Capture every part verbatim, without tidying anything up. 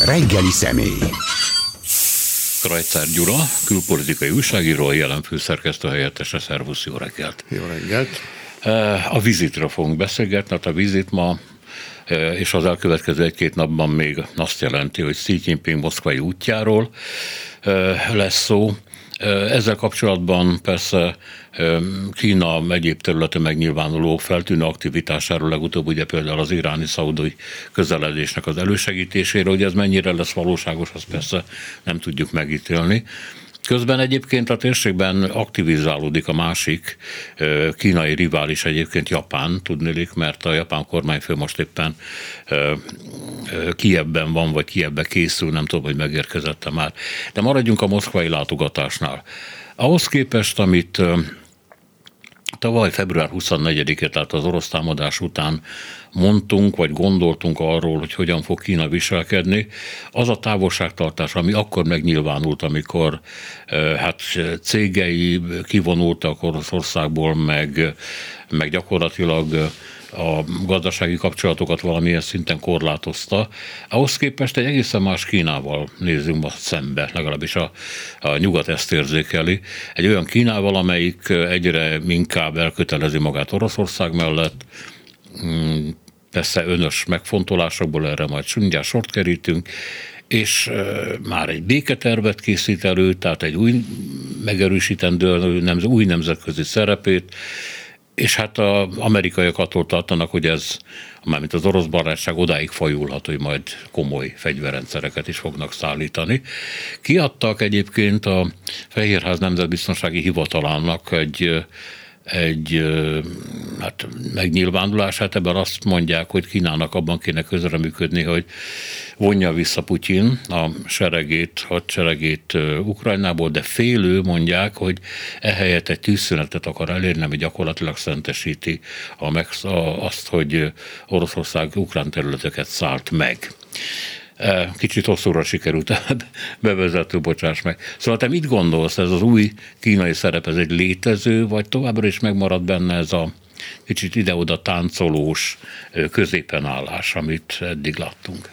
Reggeli személy. Krajcár Gyula, külpolitikai újságíró, jelen főszerkesztő helyettese. Szervusz, jó reggelt! Jó reggelt! A vizitről fogunk beszélgetni, hát a vizit ma és az elkövetkező egy-két napban még azt jelenti, hogy Xi Jinping moszkvai útjáról lesz szó. Ezzel kapcsolatban persze Kína egyéb területen megnyilvánuló feltűnő aktivitásáról, legutóbb ugye például az iráni-szaudai közeledésnek az elősegítésére, hogy ez mennyire lesz valóságos, azt persze nem tudjuk megítélni. Közben egyébként a térségben aktivizálódik a másik kínai rivális, egyébként Japán, tudniillik, mert a japán kormányfő most éppen Kijevben van, vagy Kijevbe készül, nem tudom, hogy megérkezett-e már. De maradjunk a moszkvai látogatásnál. Ahhoz képest, amit tavaly február huszonnegyedikén, tehát az orosz támadás után mondtunk, vagy gondoltunk arról, hogy hogyan fog Kína viselkedni, az a távolságtartás, ami akkor megnyilvánult, amikor hát cégei kivonultak Oroszországból, meg, meg gyakorlatilag a gazdasági kapcsolatokat valamilyen szinten korlátozta. Ahhoz képest egy egészen más Kínával nézzünk most szembe, legalábbis a, a nyugat ezt érzékeli. Egy olyan Kínával, amelyik egyre inkább elkötelezi magát Oroszország mellett, persze önös megfontolásokból, erre majd mindjárt sort kerítünk, és már egy béketervet készít elő, tehát egy új megerősítendő, új nemzetközi szerepét, és hát az amerikaiak attól tartanak, hogy ez, mármint az orosz barátság odáig fajulhat, hogy majd komoly fegyverrendszereket is fognak szállítani. Kiadtak egyébként a Fehérház Nemzetbiztonsági Hivatalának egy, egy hát megnyilvánulását, ebben azt mondják, hogy Kínának abban kéne közreműködni, hogy vonja vissza Putyin a seregét, hadseregét Ukrajnából, de félő mondják, hogy ehelyett egy tűzszünetet akar elérni, ami gyakorlatilag szentesíti a megsz- a, azt, hogy Oroszország ukrán területeket szállt meg. Kicsit hosszúra sikerült a bevezető, bocsáss meg. Szóval te mit gondolsz, ez az új kínai szerep, ez egy létező, vagy továbbra is megmarad benne ez a kicsit ide-oda táncolós középen állás, amit eddig láttunk?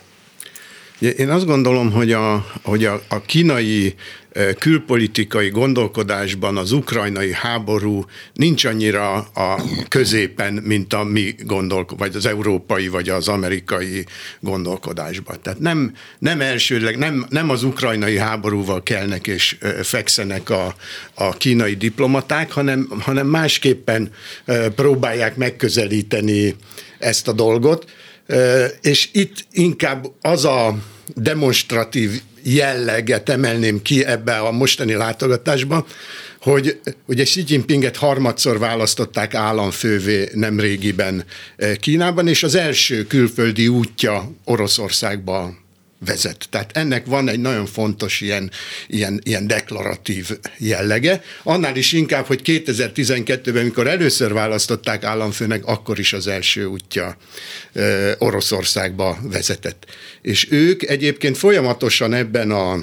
Én azt gondolom, hogy a, hogy a, a kínai külpolitikai gondolkodásban az ukrajnai háború nincs annyira a középen, mint a mi gondolk, vagy az európai, vagy az amerikai gondolkodásban. Tehát nem, nem elsődleg, nem, nem az ukrajnai háborúval kelnek és fekszenek a, a kínai diplomaták, hanem, hanem másképpen próbálják megközelíteni ezt a dolgot. És itt inkább az a demonstratív jelleget emelném ki ebbe a mostani látogatásba, hogy ugye Xi Jinpinget harmadszor választották államfővé nemrégiben Kínában, és az első külföldi útja Oroszországba vezet. Tehát ennek van egy nagyon fontos ilyen, ilyen, ilyen deklaratív jellege. Annál is inkább, hogy kétezer-tizenkettőben, amikor először választották államfőnek, akkor is az első útja e, Oroszországba vezetett. És ők egyébként folyamatosan ebben a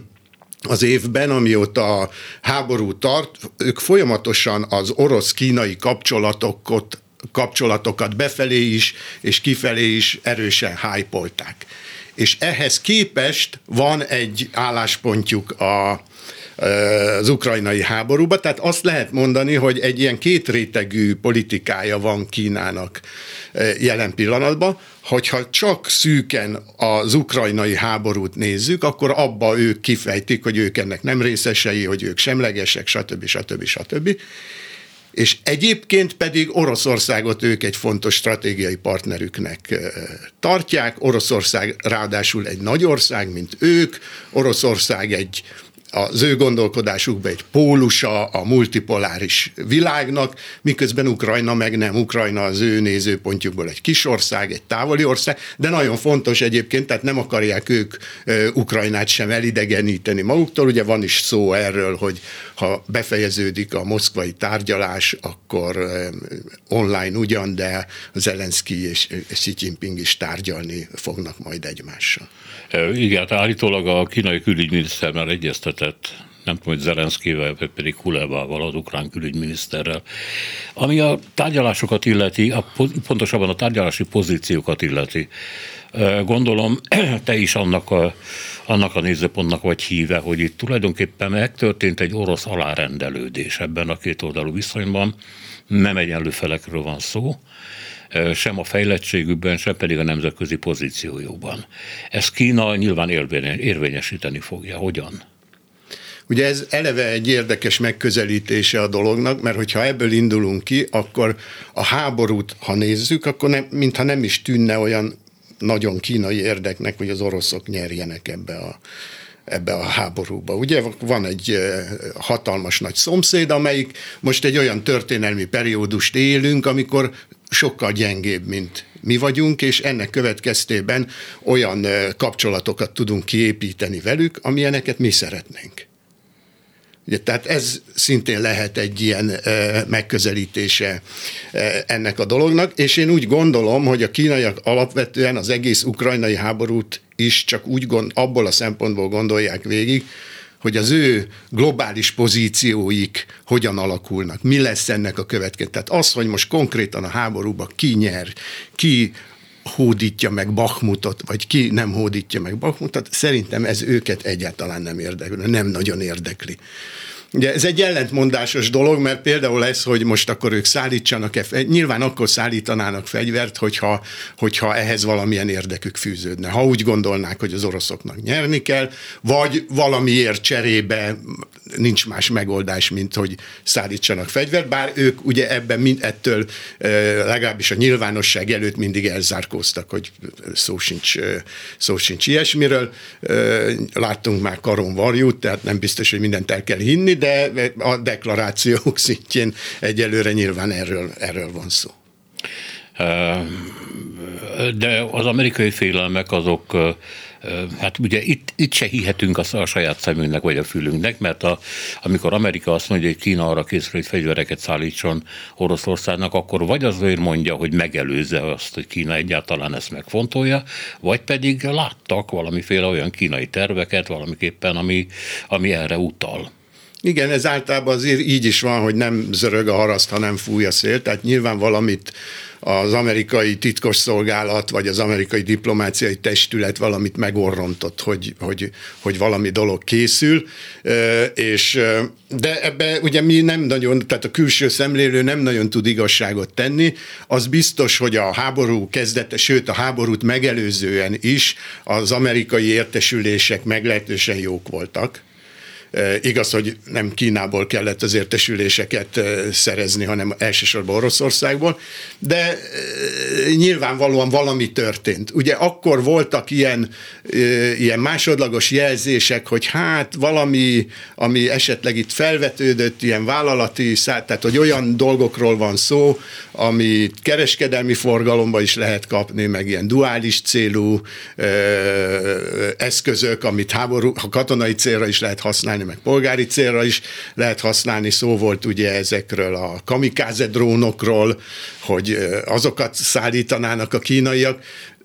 az évben, amióta a háború tart, ők folyamatosan az orosz-kínai kapcsolatokat, kapcsolatokat befelé is és kifelé is erősen hype-olták. És ehhez képest van egy álláspontjuk a, az ukrajnai háborúba, tehát azt lehet mondani, hogy egy ilyen kétrétegű politikája van Kínának jelen pillanatban, hogyha csak szűken az ukrajnai háborút nézzük, akkor abba ők kifejtik, hogy ők ennek nem részesei, hogy ők semlegesek, stb. stb. stb. És egyébként pedig Oroszországot ők egy fontos stratégiai partnerüknek tartják. Oroszország ráadásul egy nagy ország, mint ők. Oroszország egy az ő gondolkodásukban egy pólusa a multipoláris világnak, miközben Ukrajna meg nem. Ukrajna az ő nézőpontjukból egy kis ország, egy távoli ország, de nagyon fontos egyébként, tehát nem akarják ők Ukrajnát sem elidegeníteni maguktól. Ugye van is szó erről, hogy ha befejeződik a moszkvai tárgyalás, akkor online ugyan, de Zelenszky és Xi Jinping is tárgyalni fognak majd egymással. Igen, állítólag a kínai külügyminiszter már egyeztetett nem tudom, hogy Zelenszkivel, vagy pedig Kulebával, az ukrán külügyminiszterrel. Ami a tárgyalásokat illeti, a, pontosabban a tárgyalási pozíciókat illeti, gondolom, te is annak a, annak a nézőpontnak vagy híve, hogy itt tulajdonképpen megtörtént egy orosz alárendelődés ebben a két oldalú viszonyban, nem egyenlő felekről van szó, sem a fejlettségükben, sem pedig a nemzetközi pozíciójukban. Ezt Kína nyilván érvényesíteni fogja. Hogyan? Ugye ez eleve egy érdekes megközelítése a dolognak, mert hogyha ebből indulunk ki, akkor a háborút, ha nézzük, akkor nem, mintha nem is tűnne olyan nagyon kínai érdeknek, hogy az oroszok nyerjenek ebbe a, ebbe a háborúba. Ugye van egy hatalmas nagy szomszéd, amelyik most egy olyan történelmi periódust élünk, amikor sokkal gyengébb, mint mi vagyunk, és ennek következtében olyan kapcsolatokat tudunk kiépíteni velük, amilyeneket mi szeretnénk. Ugye, tehát ez szintén lehet egy ilyen e, megközelítése e, ennek a dolognak, és én úgy gondolom, hogy a kínaiak alapvetően az egész ukrajnai háborút is csak úgy gond, abból a szempontból gondolják végig, hogy az ő globális pozícióik hogyan alakulnak, mi lesz ennek a következő. Tehát az, hogy most konkrétan a háborúban ki nyer, ki hódítja meg Bakhmutot, vagy ki nem hódítja meg Bakhmutot, szerintem ez őket egyáltalán nem érdekli, nem nagyon érdekli. Ugye ez egy ellentmondásos dolog, mert például ez, hogy most akkor ők szállítsanak-e, nyilván akkor szállítanának fegyvert, hogyha, hogyha ehhez valamilyen érdekük fűződne. Ha úgy gondolnák, hogy az oroszoknak nyerni kell, vagy valamiért cserébe nincs más megoldás, mint hogy szállítsanak fegyvert, bár ők ugye ebben mind, ettől legalábbis a nyilvánosság előtt mindig elzárkóztak, hogy szó sincs, szó sincs ilyesmiről. Láttunk már karon varjút, tehát nem biztos, hogy mindent el kell hinni, de a deklarációk szintjén egyelőre nyilván erről, erről van szó. De az amerikai félelmek azok, hát ugye itt, itt se hihetünk a, a saját szemünknek vagy a fülünknek, mert a, amikor Amerika azt mondja, hogy Kína arra készül, hogy fegyvereket szállítson Oroszországnak, akkor vagy azért mondja, hogy megelőzze azt, hogy Kína egyáltalán ezt megfontolja, vagy pedig láttak valamiféle olyan kínai terveket valamiképpen, ami, ami erre utal. Igen, ez általában azért így is van, hogy nem zörög a haraszt, hanem fúj a szél, tehát nyilván valamit az amerikai titkosszolgálat, vagy az amerikai diplomáciai testület valamit megorrontott, hogy, hogy, hogy valami dolog készül, és, de ebbe ugye mi nem nagyon, tehát a külső szemlélő nem nagyon tud igazságot tenni, az biztos, hogy a háború kezdete, sőt a háborút megelőzően is az amerikai értesülések meglehetősen jók voltak. Igaz, hogy nem Kínából kellett az értesüléseket szerezni, hanem elsősorban Oroszországból, de nyilvánvalóan valami történt. Ugye akkor voltak ilyen, ilyen másodlagos jelzések, hogy hát valami, ami esetleg itt felvetődött, ilyen vállalati, tehát hogy olyan dolgokról van szó, ami kereskedelmi forgalomba is lehet kapni, meg ilyen duális célú eszközök, amit háború, ha katonai célra is lehet használni, meg polgári célra is lehet használni. Szó volt ugye ezekről a kamikáze drónokról, hogy azokat szállítanának a kínaiak.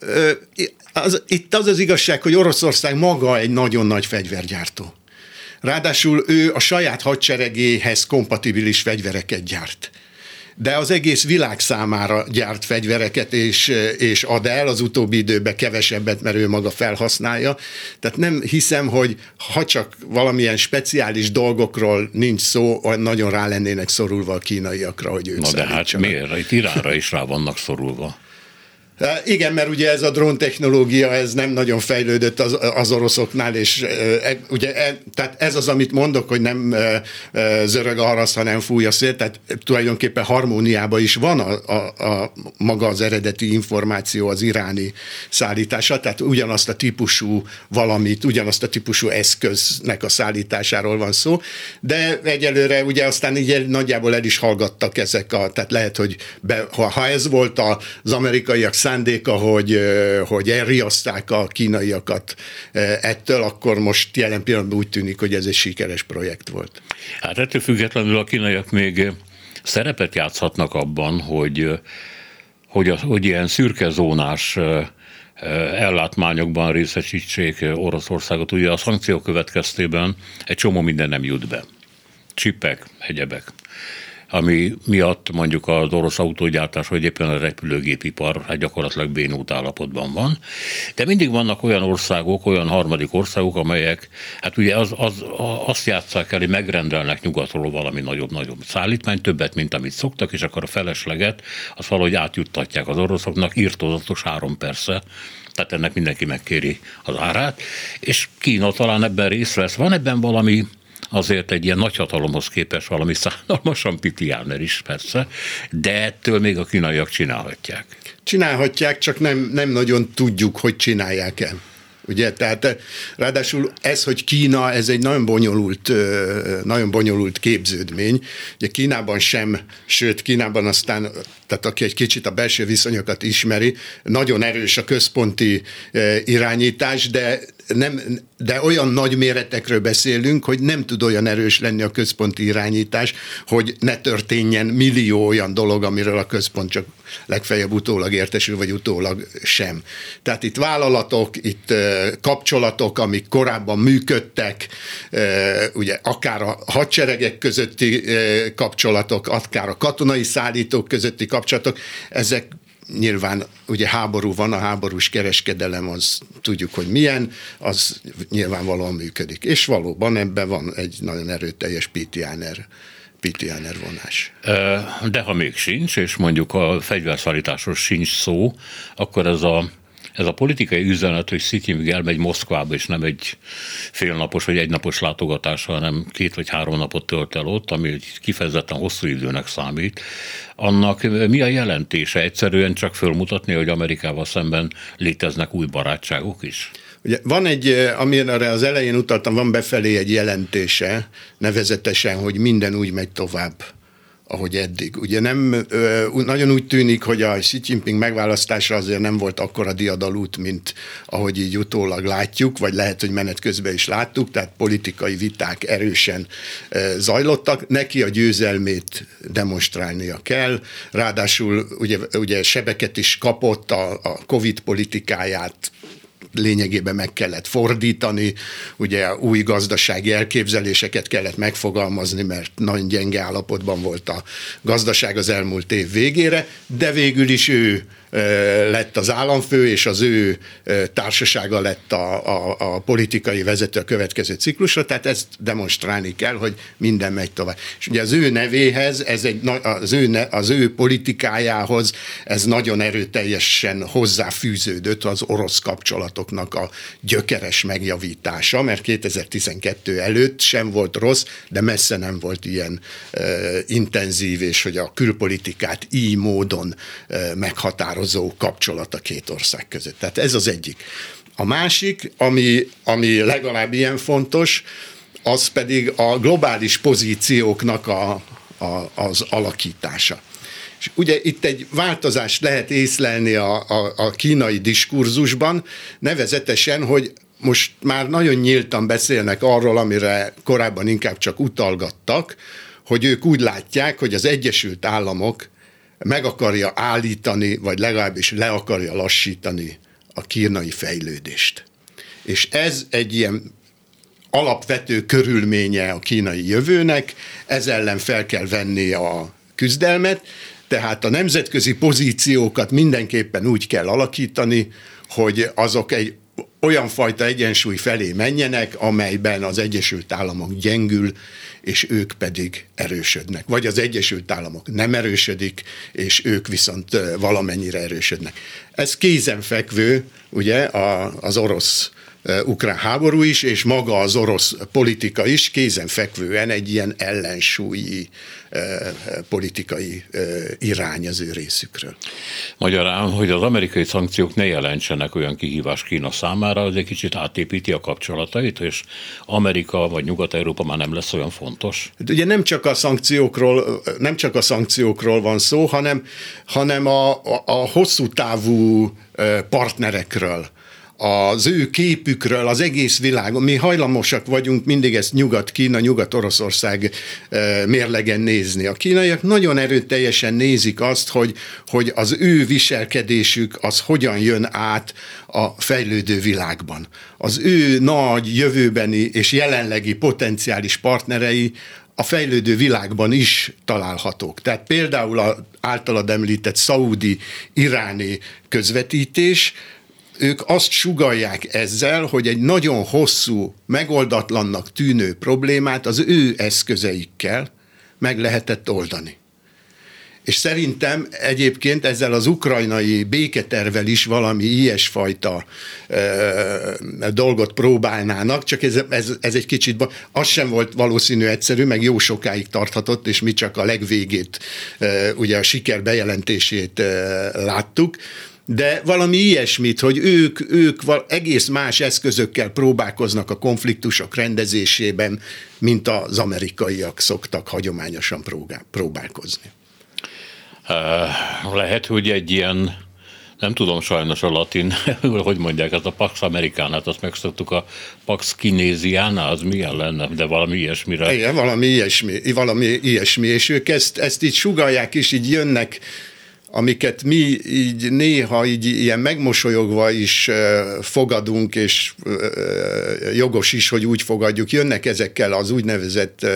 Az, itt az az igazság, hogy Oroszország maga egy nagyon nagy fegyvergyártó. Ráadásul ő a saját hadseregéhez kompatibilis fegyvereket gyárt. De az egész világ számára gyárt fegyvereket, és, és ad el, az utóbbi időben kevesebbet, mert ő maga felhasználja. Tehát nem hiszem, hogy ha csak valamilyen speciális dolgokról nincs szó, nagyon rá lennének szorulva a kínaiakra, hogy ők Na de hát miért? Itt Iránra is rá vannak szorulva. Igen, mert ugye ez a dróntechnológia, ez nem nagyon fejlődött az, az oroszoknál, és e, ugye e, tehát ez az, amit mondok, hogy nem e, zörög a haraszt, hanem fúj a szél, tehát tulajdonképpen harmóniában is van a, a, a maga az eredeti információ az iráni szállítása, tehát ugyanazt a típusú valamit, ugyanazt a típusú eszköznek a szállításáról van szó, de egyelőre ugye aztán így nagyjából el is hallgattak ezek a, tehát lehet, hogy be, ha, ha ez volt az amerikaiak szándéka, hogy, hogy elriaszták a kínaiakat ettől, akkor most jelen pillanatban úgy tűnik, hogy ez egy sikeres projekt volt. Hát ettől függetlenül a kínaiak még szerepet játszhatnak abban, hogy, hogy, a, hogy ilyen szürke zónás ellátmányokban részesítsék Oroszországot. Ugye a szankciók következtében egy csomó minden nem jut be. Csipek, egyebek, ami miatt mondjuk az orosz autógyártás, vagy éppen a repülőgépipar hát gyakorlatilag bénult állapotban van. De mindig vannak olyan országok, olyan harmadik országok, amelyek hát ugye az, az, azt játsszák el, hogy megrendelnek nyugatról valami nagyobb-nagyobb szállítmány, többet, mint amit szoktak, és akkor a felesleget azt valahogy átjuttatják az oroszoknak, írtózatos áron persze, tehát ennek mindenki megkéri az árát, és Kína talán ebben részt vesz. Van ebben valami azért egy ilyen nagyhatalomhoz képest valami szánalmasan pitiáner is persze, de ettől még a kínaiak csinálhatják. Csinálhatják, csak nem, nem nagyon tudjuk, hogy csinálják el. Ugye, tehát ráadásul ez, hogy Kína, ez egy nagyon bonyolult, nagyon bonyolult képződmény. Ugye Kínában sem, sőt Kínában aztán, tehát aki egy kicsit a belső viszonyokat ismeri, nagyon erős a központi irányítás, de nem, de olyan nagy méretekről beszélünk, hogy nem tud olyan erős lenni a központi irányítás, hogy ne történjen millió olyan dolog, amiről a központ csak legfeljebb utólag értesül, vagy utólag sem. Tehát itt vállalatok, itt kapcsolatok, amik korábban működtek, ugye akár a hadseregek közötti kapcsolatok, akár a katonai szállítók közötti kapcsolatok, ezek nyilván ugye háború van, a háborús kereskedelem, az tudjuk, hogy milyen, az nyilvánvalóan működik. És valóban ebben van egy nagyon erőteljes pitiáner, pitiáner vonás. De ha még sincs, és mondjuk a fegyverszállításról sincs szó, akkor ez a Ez a politikai üzenet, hogy Xi Jinping elmegy Moszkvába, és nem egy félnapos vagy egynapos látogatás, hanem két vagy három napot tölt el ott, ami kifejezetten hosszú időnek számít, annak mi a jelentése? Egyszerűen csak fölmutatni, hogy Amerikával szemben léteznek új barátságok is? Ugye van egy, amire az elején utaltam, van befelé egy jelentése, nevezetesen, hogy minden úgy megy tovább, ahogy eddig. Ugye nem, nagyon úgy tűnik, hogy a Xi Jinping megválasztása azért nem volt akkora diadalút, mint ahogy így utólag látjuk, vagy lehet, hogy menet közben is láttuk, tehát politikai viták erősen zajlottak. Neki a győzelmét demonstrálnia kell, ráadásul ugye, ugye sebeket is kapott, a, a Covid politikáját lényegében meg kellett fordítani, ugye új gazdasági elképzeléseket kellett megfogalmazni, mert nagyon gyenge állapotban volt a gazdaság az elmúlt év végére, de végül is ő lett az államfő, és az ő társasága lett a, a, a politikai vezető a következő ciklusra, tehát ezt demonstrálni kell, hogy minden megy tovább. És ugye az ő nevéhez, ez egy, az, ő, az ő politikájához ez nagyon erőteljesen hozzáfűződött az orosz kapcsolatoknak a gyökeres megjavítása, mert kétezer-tizenkettő előtt sem volt rossz, de messze nem volt ilyen uh, intenzív, és hogy a külpolitikát így módon uh, meghatározó kapcsolat a két ország között. Tehát ez az egyik. A másik, ami, ami legalább ilyen fontos, az pedig a globális pozícióknak a, a, az alakítása. És ugye itt egy változást lehet észlelni a, a, a kínai diskurzusban, nevezetesen, hogy most már nagyon nyíltan beszélnek arról, amire korábban inkább csak utalgattak, hogy ők úgy látják, hogy az Egyesült Államok meg akarja állítani, vagy legalábbis le akarja lassítani a kínai fejlődést. És ez egy ilyen alapvető körülménye a kínai jövőnek, ez ellen fel kell venni a küzdelmet, tehát a nemzetközi pozíciókat mindenképpen úgy kell alakítani, hogy azok egy olyan fajta egyensúly felé menjenek, amelyben az Egyesült Államok gyengül, és ők pedig erősödnek. Vagy az Egyesült Államok nem erősödik, és ők viszont valamennyire erősödnek. Ez kézenfekvő, ugye, az orosz ukrán háború is, és maga az orosz politika is kézenfekvően egy ilyen ellensúlyi politikai irány az ő részükről. Magyarán, hogy az amerikai szankciók ne jelentsenek olyan kihívást Kína számára, az egy kicsit átépíti a kapcsolatait, és Amerika vagy Nyugat-Európa már nem lesz olyan fontos. Ugye nem csak a szankciókról, nem csak a szankciókról van szó, hanem, hanem a, a, a hosszú távú partnerekről, az ő képükről az egész világon. Mi hajlamosak vagyunk mindig ezt Nyugat-Kína, Nyugat-Oroszország mérlegen nézni. A kínaiak nagyon erőteljesen nézik azt, hogy, hogy az ő viselkedésük az hogyan jön át a fejlődő világban. Az ő nagy jövőbeni és jelenlegi potenciális partnerei a fejlődő világban is találhatók. Tehát például az általad említett szaudi-iráni közvetítés, ők azt sugallják ezzel, hogy egy nagyon hosszú, megoldatlannak tűnő problémát az ő eszközeikkel meg lehetett oldani. És szerintem egyébként ezzel az ukrajnai béketervvel is valami ilyesfajta e, dolgot próbálnának, csak ez, ez, ez egy kicsit, az sem volt valószínű egyszerű, meg jó sokáig tarthatott, és mi csak a legvégét, e, ugye a siker bejelentését e, láttuk, de valami ilyesmit, hogy ők, ők egész más eszközökkel próbálkoznak a konfliktusok rendezésében, mint az amerikaiak szoktak hagyományosan próbálkozni. Lehet, hogy egy ilyen, nem tudom sajnos a latin, hogy mondják, ezt a Pax Americanát, azt megszoktuk, a Pax Kinéziana, az milyen lenne, de valami ilyesmire. Igen, valami ilyesmi, valami ilyesmi, és ők ezt, ezt így sugallják, és így jönnek, amiket mi így néha így ilyen megmosolyogva is fogadunk, és jogos is, hogy úgy fogadjuk, jönnek ezekkel az úgynevezett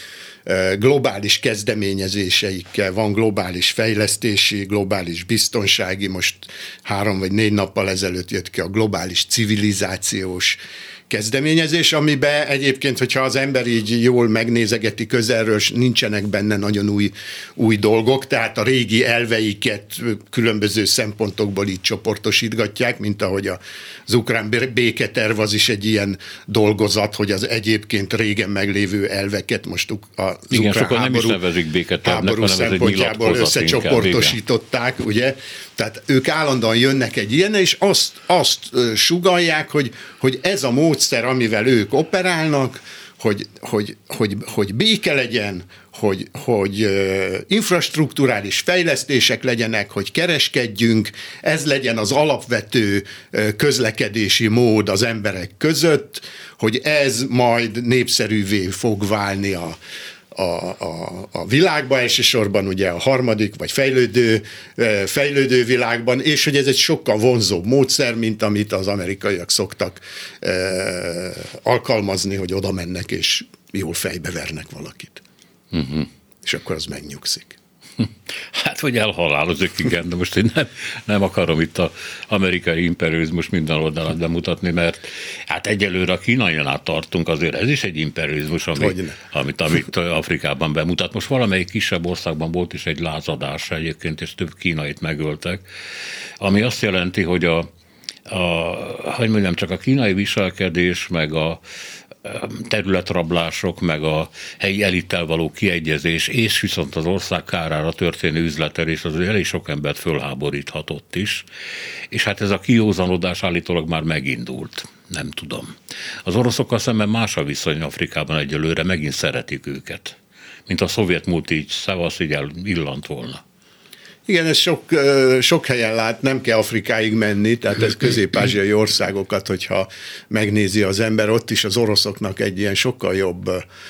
globális kezdeményezéseikkel, van globális fejlesztési, globális biztonsági, most három vagy négy nappal ezelőtt jött ki a globális civilizációs kezdeményezés, amiben egyébként, hogyha az ember így jól megnézegeti közelről, nincsenek benne nagyon új, új dolgok, tehát a régi elveiket különböző szempontokból így csoportosítgatják, mint ahogy az ukrán béketerv az is egy ilyen dolgozat, hogy az egyébként régen meglévő elveket most az igen, ukrán sokan háború, nem is nevezik béketervnek, háború szempontjából összecsoportosították, inkább, ugye? Tehát ők állandóan jönnek egy ilyen, és azt, azt sugallják, hogy, hogy ez a módszer, amivel ők operálnak, hogy, hogy, hogy, hogy béke legyen, hogy, hogy infrastrukturális fejlesztések legyenek, hogy kereskedjünk, ez legyen az alapvető közlekedési mód az emberek között, hogy ez majd népszerűvé fog válni a A, a, a világban, elsősorban ugye a harmadik, vagy fejlődő, fejlődő világban, és hogy ez egy sokkal vonzóbb módszer, mint amit az amerikaiak szoktak eh, alkalmazni, hogy oda mennek, és jól fejbevernek valakit. Uh-huh. És akkor az megnyugszik. Hát, vagy elhalálozik, igen, de most én nem, nem akarom itt az amerikai imperializmus minden oldalát bemutatni, mert hát egyelőre a kínaian tartunk, azért ez is egy imperializmus, ami, amit, amit Afrikában bemutat. Most valamelyik kisebb országban volt is egy lázadás egyébként, és több kínait megöltek, ami azt jelenti, hogy a, a hogy mondjam, csak a kínai viselkedés, meg a területrablások, meg a helyi elittel való kiegyezés, és viszont az ország kárára történő üzletelés, az elég sok embert fölháboríthatott is, és hát ez a kiózanodás állítólag már megindult. Nem tudom. Az oroszokkal szemben más a viszony Afrikában egyelőre, megint szeretik őket, mint a szovjet múlt így szevasz, így illant volna. Igen, ez sok, sok helyen lát, nem kell Afrikáig menni, tehát ez közép-ázsiai országokat, hogyha megnézi az ember, ott is az oroszoknak egy ilyen sokkal jobb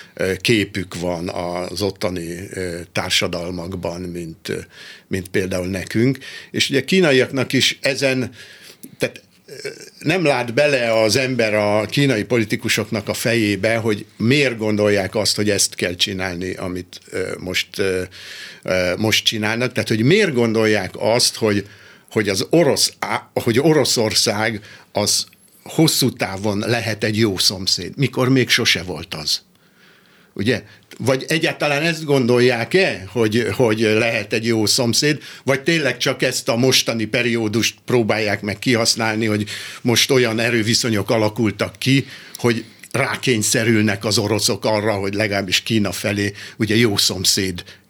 képük van az ottani társadalmakban, mint, mint például nekünk. És ugye kínaiaknak is ezen, tehát nem lát bele az ember a kínai politikusoknak a fejébe, hogy miért gondolják azt, hogy ezt kell csinálni, amit most, most csinálnak. Tehát, hogy miért gondolják azt, hogy, hogy az orosz, hogy Oroszország az hosszú távon lehet egy jó szomszéd, mikor még sose volt az. Ugye? Vagy egyáltalán ezt gondolják-e, hogy, hogy lehet egy jó szomszéd, vagy tényleg csak ezt a mostani periódust próbálják meg kihasználni, hogy most olyan erőviszonyok alakultak ki, hogy rákényszerülnek az oroszok arra, hogy legalábbis Kína felé ugye jó szomszéd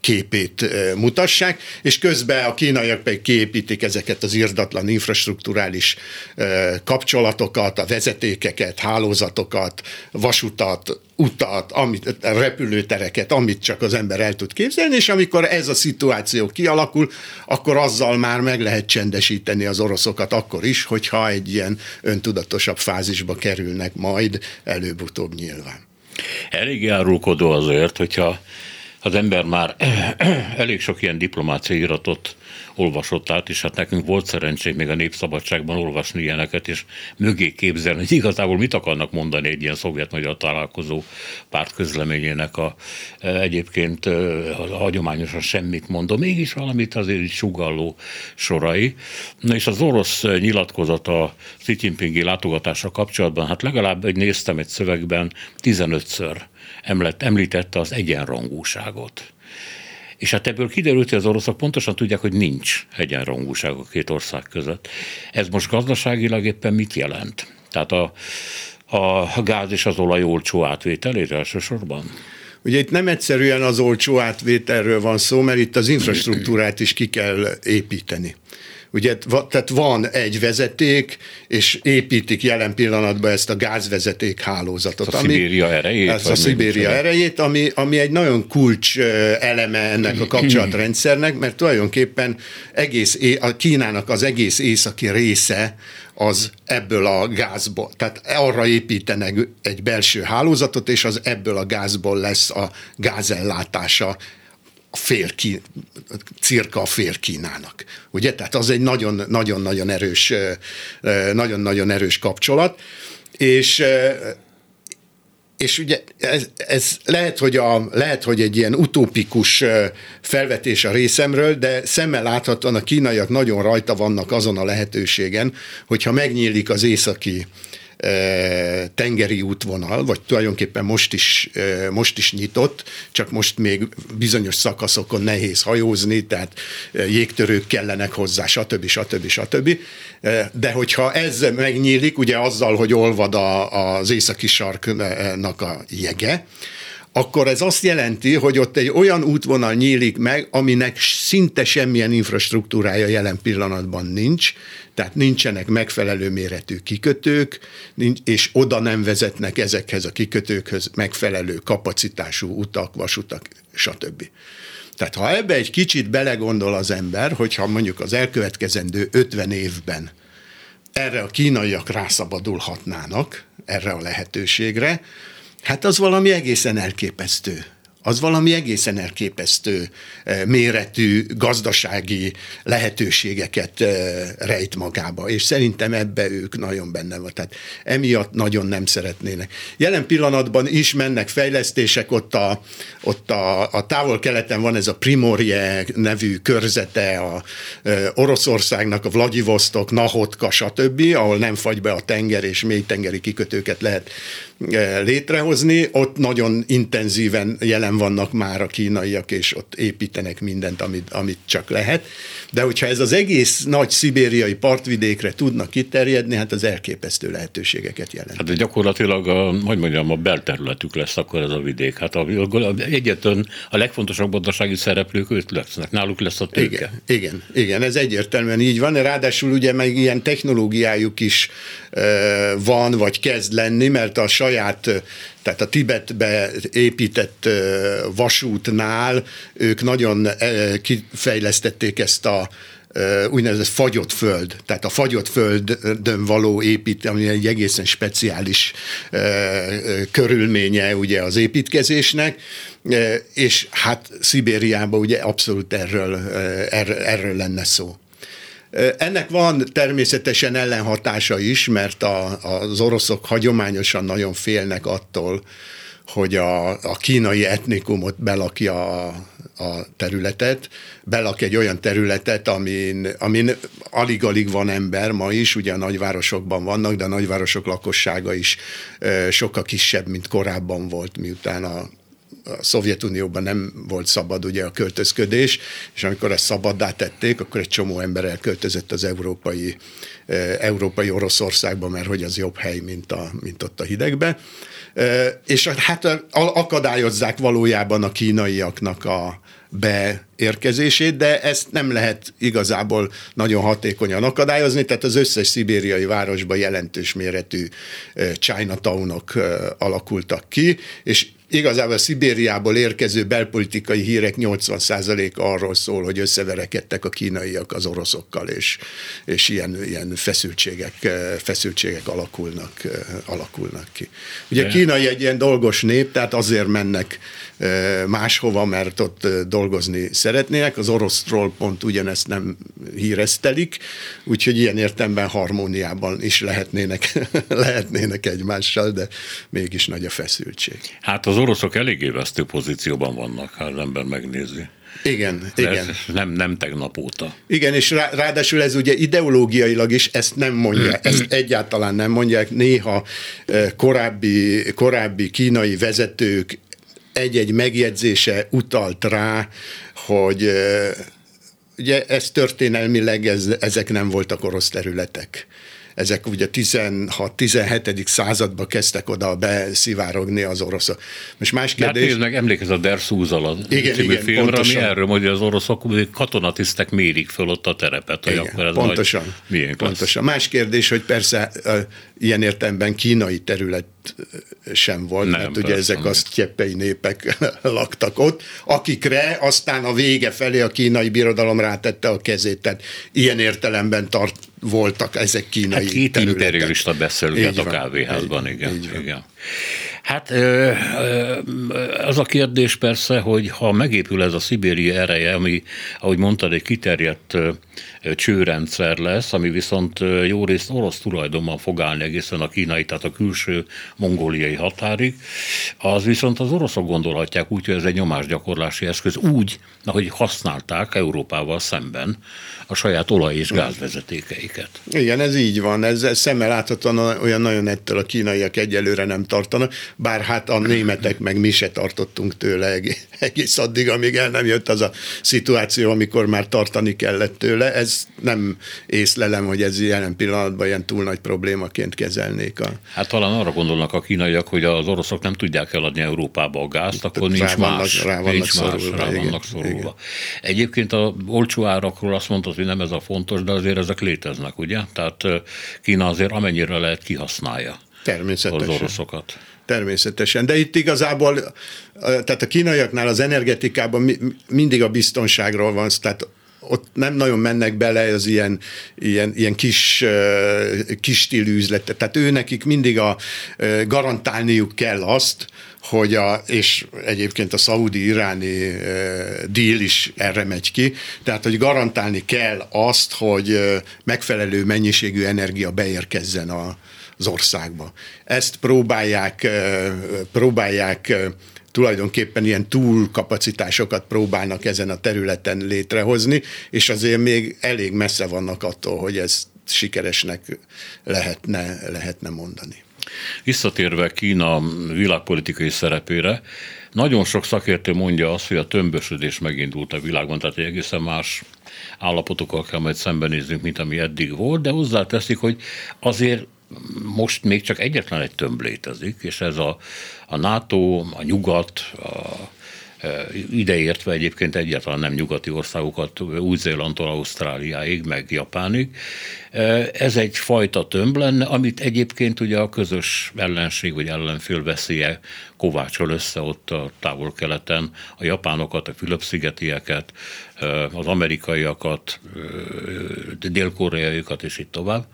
képét mutassák, és közben a kínaiak pedig kiépítik ezeket az irdatlan infrastrukturális kapcsolatokat, a vezetékeket, hálózatokat, vasutat, utat, amit, repülőtereket, amit csak az ember el tud képzelni, és amikor ez a szituáció kialakul, akkor azzal már meg lehet csendesíteni az oroszokat akkor is, hogyha egy ilyen öntudatosabb fázisba kerülnek majd előbb-utóbb nyilván. Elég árulkodó azért, hogyha az ember már elég sok ilyen diplomáciai iratot olvasott át, és hát nekünk volt szerencség még a Népszabadságban olvasni ilyeneket, és mögé képzelni, hogy igazából mit akarnak mondani egy ilyen szovjet-magyar találkozó pártközleményének a egyébként a hagyományosan semmit mondom, mégis valamit azért így sugalló sorai. Na és az orosz nyilatkozat a Xi Jinpingi látogatásra kapcsolatban, hát legalább egy néztem egy szövegben, tizenötször említette az egyenrangúságot. És hát ebből kiderült, hogy az oroszok pontosan tudják, hogy nincs egyenrangúság a két ország között. Ez most gazdaságilag éppen mit jelent? Tehát a, a gáz és az olaj olcsó átvételét elsősorban? Ugye itt nem egyszerűen az olcsó átvételről van szó, mert itt az infrastruktúrát is ki kell építeni. Ugye, tehát van egy vezeték, és építik jelen pillanatban ezt a gázvezeték hálózatot. A ami, Szibéria erejét? Ez a Szibéria erejét, ami, ami egy nagyon kulcs eleme ennek a kapcsolatrendszernek, mert tulajdonképpen egész, a Kínának az egész északi része az ebből a gázból. Tehát arra építenek egy belső hálózatot, és az ebből a gázból lesz a gázellátása a fél Kín, cirka a fél Kínának. Ugye? Tehát az egy nagyon-nagyon erős, nagyon-nagyon erős kapcsolat, és És ugye ez, ez lehet, hogy a, lehet, hogy egy ilyen utópikus felvetés a részemről, de szemmel láthatóan a kínaiak nagyon rajta vannak azon a lehetőségen, hogyha megnyílik az északi tengeri útvonal, vagy tulajdonképpen most is, most is nyitott, csak most még bizonyos szakaszokon nehéz hajózni, tehát jégtörők kellenek hozzá, stb. stb. stb. De hogyha ez megnyílik, ugye azzal, hogy olvad a, az északi sarknak a jege, akkor ez azt jelenti, hogy ott egy olyan útvonal nyílik meg, aminek szinte semmilyen infrastruktúrája jelen pillanatban nincs, tehát nincsenek megfelelő méretű kikötők, és oda nem vezetnek ezekhez a kikötőkhöz megfelelő kapacitású utak, vasutak, stb. Tehát ha ebbe egy kicsit belegondol az ember, hogyha mondjuk az elkövetkezendő ötven évben erre a kínaiak rászabadulhatnának, erre a lehetőségre, hát az valami egészen elképesztő. Az valami egészen elképesztő méretű gazdasági lehetőségeket rejt magába, és szerintem ebbe ők nagyon benne van. Tehát emiatt nagyon nem szeretnének. Jelen pillanatban is mennek fejlesztések, ott a, ott a, a távol-keleten van ez a Primorje nevű körzete a Oroszországnak, a Vladivostok, Nahotka, stb., ahol nem fagy be a tenger, és mélytengeri kikötőket lehet létrehozni. Ott nagyon intenzíven jelen vannak már a kínaiak, és ott építenek mindent, amit, amit csak lehet. De hogyha ez az egész nagy szibériai partvidékre tudnak kiterjedni, hát az elképesztő lehetőségeket jelent. Hát gyakorlatilag, a, hogy mondjam, a belterületük lesz akkor ez a vidék. Hát a, a, egyetlen a legfontosabb gazdasági szereplők ők lesznek, náluk lesz a tőke. Igen, igen, igen, ez egyértelműen így van. Ráadásul ugye meg ilyen technológiájuk is e, van, vagy kezd lenni, mert a saját, tehát a Tibetbe épített vasútnál ők nagyon kifejlesztették ezt a úgynevezett fagyott föld, tehát a fagyott földön való épít, ami egy egészen speciális körülménye ugye az építkezésnek, és hát Szibériában ugye abszolút erről, erről, erről lenne szó. Ennek van természetesen ellenhatása is, mert a, az oroszok hagyományosan nagyon félnek attól, hogy a, a kínai etnikumot belakja a, a területet, belak egy olyan területet, amin, amin alig-alig van ember ma is, ugye a nagyvárosokban vannak, de a nagyvárosok lakossága is e, sokkal kisebb, mint korábban volt, miután a a Szovjetunióban nem volt szabad ugye a költözködés, és amikor ezt szabaddá tették, akkor egy csomó ember elköltözött az európai, európai Oroszországba, mert hogy az jobb hely, mint, a, mint ott a hidegbe. És hát akadályozzák valójában a kínaiaknak a beérkezését, de ezt nem lehet igazából nagyon hatékonyan akadályozni, tehát az összes szibériai városban jelentős méretű Chinatownok alakultak ki, és igazából a Szibériából érkező belpolitikai hírek nyolcvan százaléka arról szól, hogy összeverekedtek a kínaiak az oroszokkal, és, és ilyen, ilyen feszültségek, feszültségek alakulnak, alakulnak ki. Ugye Kínai egy ilyen dolgos nép, tehát azért mennek máshova, mert ott dolgozni szeretnének, az oroszról pont ugyanezt nem híresztelik, úgyhogy ilyen értelemben harmóniában is lehetnének, lehetnének egymással, de mégis nagy a feszültség. Hát az oroszok eléggé vesztő pozícióban vannak, ha az ember megnézi. Igen, igen. Nem, nem tegnap óta. Igen, és rá, ráadásul ez ugye ideológiailag is ezt nem mondják, ezt egyáltalán nem mondják. Néha korábbi, korábbi kínai vezetők egy-egy megjegyzése utalt rá, hogy ugye ez történelmileg ez, ezek nem voltak orosz területek. Ezek ugye tizenhat-tizenhetedik században kezdtek oda beszivárogni az oroszok. Most más kérdés... Hát meg emlékezz a Der Szúzala című filmre, ami erről mondja, az oroszok katonatisztek mérik föl ott a terepet. Igen, akkor ez pontosan. pontosan. Más kérdés, hogy persze ilyen értelemben kínai terület sem volt, nem, mert ugye ezek a sztyeppei népek laktak ott, akikre aztán a vége felé a kínai birodalom rátette a kezét, tehát ilyen értelemben tart, voltak ezek kínai hát két területek. imperialista beszélget a kávéházban, így, igen. Így igen. Hát az a kérdés persze, hogy ha megépül ez a szibériai ereje, ami, ahogy mondtad, egy kiterjedt csőrendszer lesz, ami viszont jó részt orosz tulajdonban fog állni egészen a kínai, tehát a külső mongóliai határig, az viszont az oroszok gondolhatják úgy, hogy ez egy nyomásgyakorlási eszköz úgy, ahogy használták Európával szemben a saját olaj- és gázvezetékeiket. Igen, ez így van, ez, ez szemmel láthatóan olyan nagyon ettől a kínaiak egyelőre nem tartanak, bár hát a németek meg mi se tartottunk tőle egész addig, amíg el nem jött az a szituáció, amikor már tartani kellett tőle. Ez nem észlelem, hogy ez jelen pillanatban ilyen túl nagy problémaként kezelnék. A... Hát talán arra gondolnak a kínaiak, hogy az oroszok nem tudják eladni Európába a gázt, akkor nincs rá más. Vannak, rá vannak nincs szorulva. Más, rá igen, vannak szorulva. igen. Egyébként a olcsó árakról azt mondtad, hogy nem ez a fontos, de azért ezek léteznek, ugye? Tehát Kína azért amennyire lehet kihasználja Természetesen. az oroszokat. Természetesen, de itt igazából, tehát a kínaiaknál az energetikában mindig a biztonságról van, tehát ott nem nagyon mennek bele az ilyen, ilyen, ilyen kis, kis stílű üzletet. Tehát ő nekik mindig a, garantálniuk kell azt, hogy a, és egyébként a szaudi-iráni deal is erre megy ki, tehát hogy garantálni kell azt, hogy megfelelő mennyiségű energia beérkezzen a az országba. Ezt próbálják, próbálják tulajdonképpen ilyen túlkapacitásokat próbálnak ezen a területen létrehozni, és azért még elég messze vannak attól, hogy ezt sikeresnek lehetne, lehetne mondani. Visszatérve Kína világpolitikai szerepére, nagyon sok szakértő mondja azt, hogy a tömbösödés megindult a világban, tehát egy egészen más állapotokkal kell majd szembenéznünk, mint ami eddig volt, de hozzáteszik, hogy azért most még csak egyetlen egy tömb létezik, és ez a, a NATO, a nyugat, a, ideértve egyébként egyáltalán nem nyugati országokat, Új-Zélandtól Ausztráliáig, meg Japánig. Ez egy fajta tömb lenne, amit egyébként ugye a közös ellenség vagy ellenfél veszélye kovácsol össze ott a távol-keleten, a japánokat, a Fülöp-szigetieket, az amerikaiakat, dél-koreaiakat és így tovább.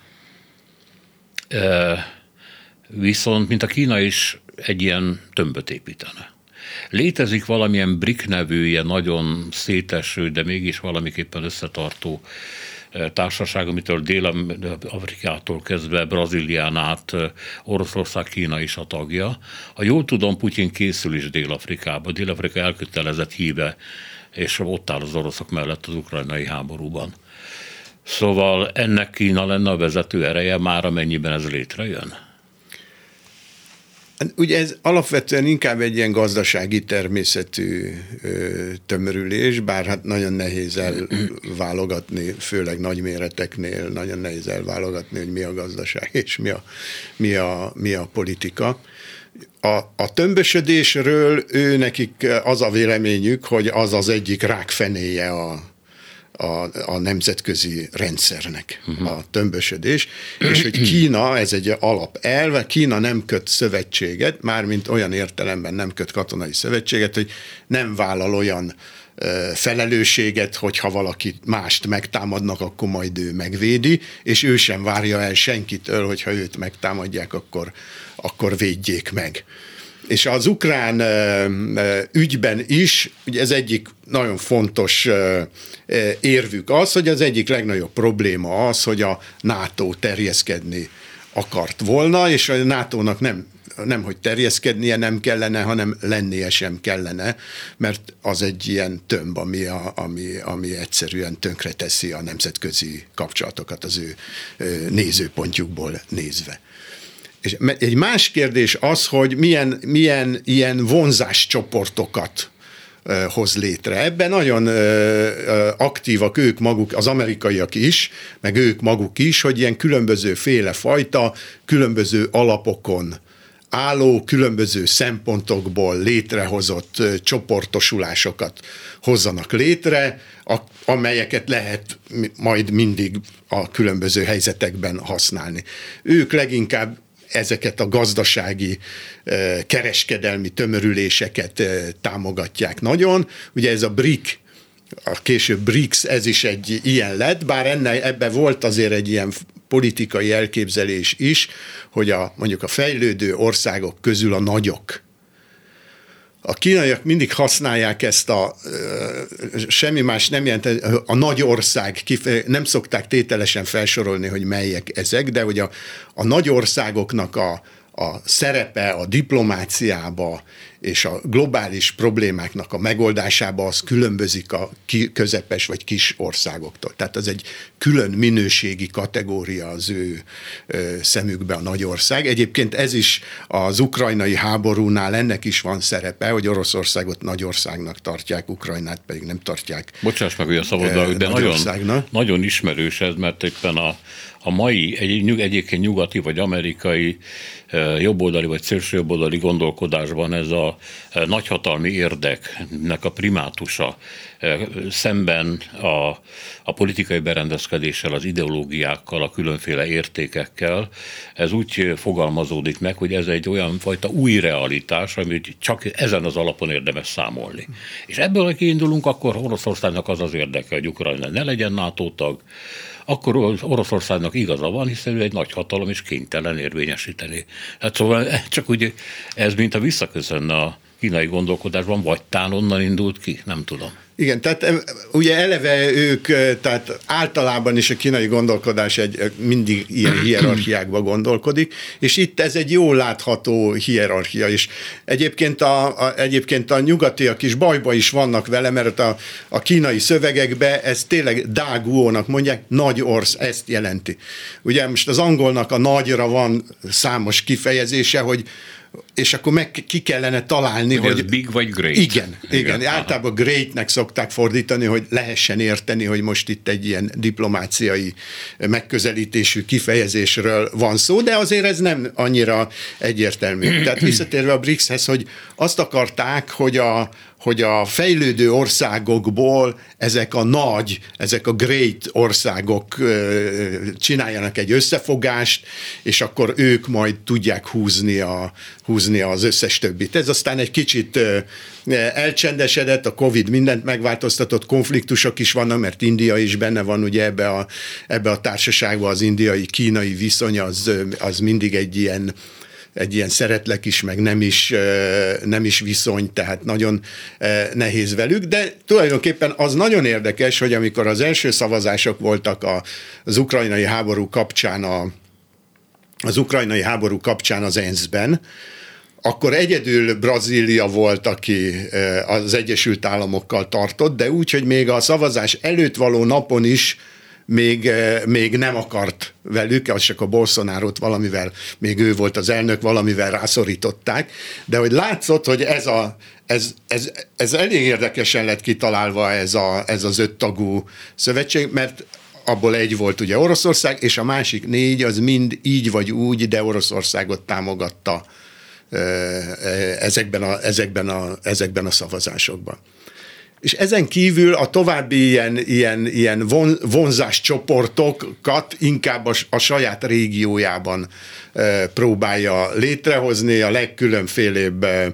Viszont, mint a Kína is egy ilyen tömböt építene. Létezik valamilyen BRIC nevű, ilyen nagyon széteső, de mégis valamiképpen összetartó társaság, amitől Dél-Afrikától kezdve Brazílián át Oroszország, Kína is a tagja. Ha jól tudom, Putyin készül is Dél-Afrikába. Dél-Afrika elkötelezett híve, és ott áll az oroszok mellett az ukrajnai háborúban. Szóval ennek Kína lenne a vezető ereje már, amennyiben ez létrejön? Ugye ez alapvetően inkább egy ilyen gazdasági természetű ö, tömörülés, bár hát nagyon nehéz elválogatni, főleg nagyméreteknél nagyon nehéz elválogatni, hogy mi a gazdaság és mi a, mi a, mi a politika. A, a tömbösödésről ő nekik az a véleményük, hogy az az egyik rákfenéje a A, a nemzetközi rendszernek, uh-huh. a tömbösödés, és hogy Kína, ez egy alapelv, Kína nem köt szövetséget, mármint olyan értelemben nem köt katonai szövetséget, hogy nem vállal olyan ö, felelősséget, hogyha valaki mást megtámadnak, akkor majd ő megvédi, és ő sem várja el senkitől, hogyha őt megtámadják, akkor, akkor védjék meg. És az ukrán ügyben is, ugye ez egyik nagyon fontos érvük az, hogy az egyik legnagyobb probléma az, hogy a NATO terjeszkedni akart volna, és a nátónak nem, nem hogy terjeszkednie nem kellene, hanem lennie sem kellene, mert az egy ilyen tömb, ami, a, ami, ami egyszerűen tönkreteszi a nemzetközi kapcsolatokat az ő nézőpontjukból nézve. És egy más kérdés az, hogy milyen, milyen ilyen vonzáscsoportokat uh, hoz létre. Ebben nagyon uh, aktívak ők maguk, az amerikaiak is, meg ők maguk is, hogy ilyen különböző féle fajta, különböző alapokon álló, különböző szempontokból létrehozott uh, csoportosulásokat hozzanak létre, a, amelyeket lehet majd mindig a különböző helyzetekben használni. Ők leginkább ezeket a gazdasági, kereskedelmi tömörüléseket támogatják nagyon. Ugye ez a BRIC, a később BRICS, ez is egy ilyen lett, bár enne, ebben volt azért egy ilyen politikai elképzelés is, hogy a, mondjuk a fejlődő országok közül a nagyok, a kínaiak mindig használják ezt a, semmi más nem jelent, a nagy ország, nem szokták tételesen felsorolni, hogy melyek ezek, de hogy a, a nagy országoknak a, a szerepe a diplomáciába és a globális problémáknak a megoldásába az különbözik a ki, közepes vagy kis országoktól. Tehát az egy külön minőségi kategória az ő ö, szemükbe a nagy ország. Egyébként ez is az ukrajnai háborúnál ennek is van szerepe, hogy Oroszországot nagy országnak tartják, Ukrajnát pedig nem tartják. Bocsáss meg, hogy a szabadba, de nagyon, nagyon ismerős ez, mert éppen a A mai egy, egyébként nyugati vagy amerikai jobboldali vagy szélsőjobboldali gondolkodásban ez a nagyhatalmi érdeknek a primátusa szemben a, a politikai berendezkedéssel, az ideológiákkal, a különféle értékekkel, ez úgy fogalmazódik meg, hogy ez egy olyan fajta új realitás, amit csak ezen az alapon érdemes számolni. És ebből, ha kiindulunk, akkor Oroszországnak az az érdeke, hogy Ukrajna ne legyen NATO tag, akkor Oroszországnak igaza van, hiszen ő egy nagy hatalom, és kénytelen érvényesíteni. Hát szóval csak úgy ez, mint a visszaköszönne a kínai gondolkodásban, vagy tán onnan indult ki, nem tudom. Igen, tehát ugye eleve ők, tehát általában is a kínai gondolkodás egy, mindig ilyen hierarchiákba gondolkodik, és itt ez egy jól látható hierarchia is. Egyébként a, a, egyébként a nyugatiak is bajba is vannak vele, mert a, a kínai szövegekbe ez tényleg dáguónak mondják, nagy orsz, ezt jelenti. Ugye most az angolnak a nagyra van számos kifejezése, hogy és akkor meg ki kellene találni, hogy... hogy... Ez big vagy great. Igen, igen. igen. Általában greatnek szokták fordítani, hogy lehessen érteni, hogy most itt egy ilyen diplomáciai megközelítésű kifejezésről van szó, de azért ez nem annyira egyértelmű. Tehát visszatérve a BRICS-hez, hogy azt akarták, hogy a hogy a fejlődő országokból ezek a nagy, ezek a great országok csináljanak egy összefogást, és akkor ők majd tudják húzni, a, húzni az összes többit. Ez aztán egy kicsit elcsendesedett, a Covid mindent megváltoztatott, konfliktusok is vannak, mert India is benne van ugye ebbe a, ebbe a társaságba, az indiai-kínai viszony az, az mindig egy ilyen egy ilyen szeretlek is, meg nem is, nem is viszony, tehát nagyon nehéz velük, de tulajdonképpen az nagyon érdekes, hogy amikor az első szavazások voltak az ukrajnai háború kapcsán, a, az ukrajnai háború kapcsán az é en es-ben, akkor egyedül Brazília volt, aki az Egyesült Államokkal tartott, de úgy, hogy még a szavazás előtt való napon is még, még nem akart velük, az csak a Bolsonarót valamivel, még ő volt az elnök, valamivel rászorították, de hogy látszott, hogy ez, a, ez, ez, ez elég érdekesen lett kitalálva ez, a, ez az öttagú szövetség, mert abból egy volt ugye Oroszország, és a másik négy az mind így vagy úgy, de Oroszországot támogatta ezekben a, ezekben a, ezekben a szavazásokban. És ezen kívül a további ilyen, ilyen, ilyen von, vonzáscsoportokat inkább a, a saját régiójában e, próbálja létrehozni, a legkülönfélébb e,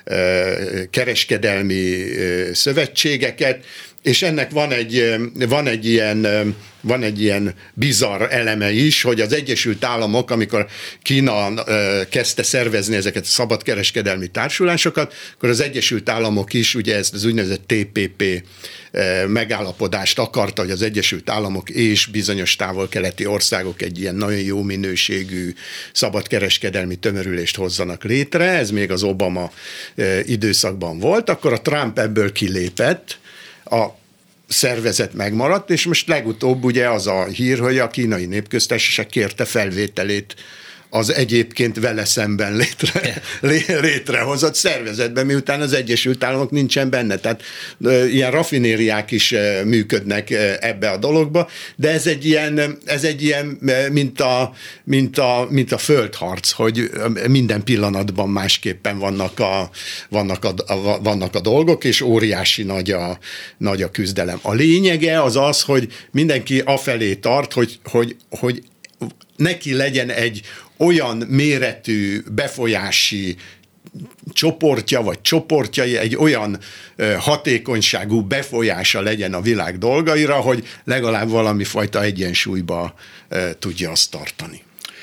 kereskedelmi e, szövetségeket, és ennek van egy, van egy ilyen, van egy ilyen bizarr eleme is, hogy az Egyesült Államok, amikor Kína kezdte szervezni ezeket a szabadkereskedelmi társulásokat, akkor az Egyesült Államok is ugye ezt az úgynevezett té pé pé megállapodást akarta, hogy az Egyesült Államok és bizonyos távol-keleti országok egy ilyen nagyon jó minőségű szabadkereskedelmi tömörülést hozzanak létre. Ez még az Obama időszakban volt, akkor a Trump ebből kilépett, a szervezet megmaradt, és most legutóbb ugye az a hír, hogy a Kínai Népköztársaság kérte felvételét az egyébként vele szemben létre, létrehozott szervezetben, miután az Egyesült Államok nincsen benne. Tehát ilyen raffinériák is működnek ebbe a dologba, de ez egy ilyen, ez egy ilyen mint, a, mint, a, mint a földharc, hogy minden pillanatban másképpen vannak a, vannak a, a, vannak a dolgok, és óriási nagy a, nagy a küzdelem. A lényege az az, hogy mindenki afelé tart, hogy, hogy, hogy neki legyen egy olyan méretű befolyási csoportja, vagy csoportjai, egy olyan hatékonyságú befolyása legyen a világ dolgaira, hogy legalább valami fajta egyensúlyba tudja azt tartani.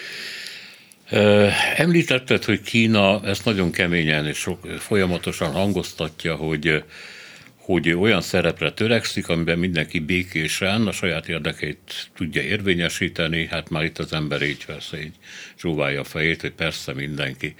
Említetted, hogy Kína ezt nagyon keményen és folyamatosan hangoztatja, hogy hogy olyan szerepre törekszik, amiben mindenki békésen a saját érdekeit tudja érvényesíteni, hát már itt az ember így persze így zsúválja a fejét, hogy persze mindenki.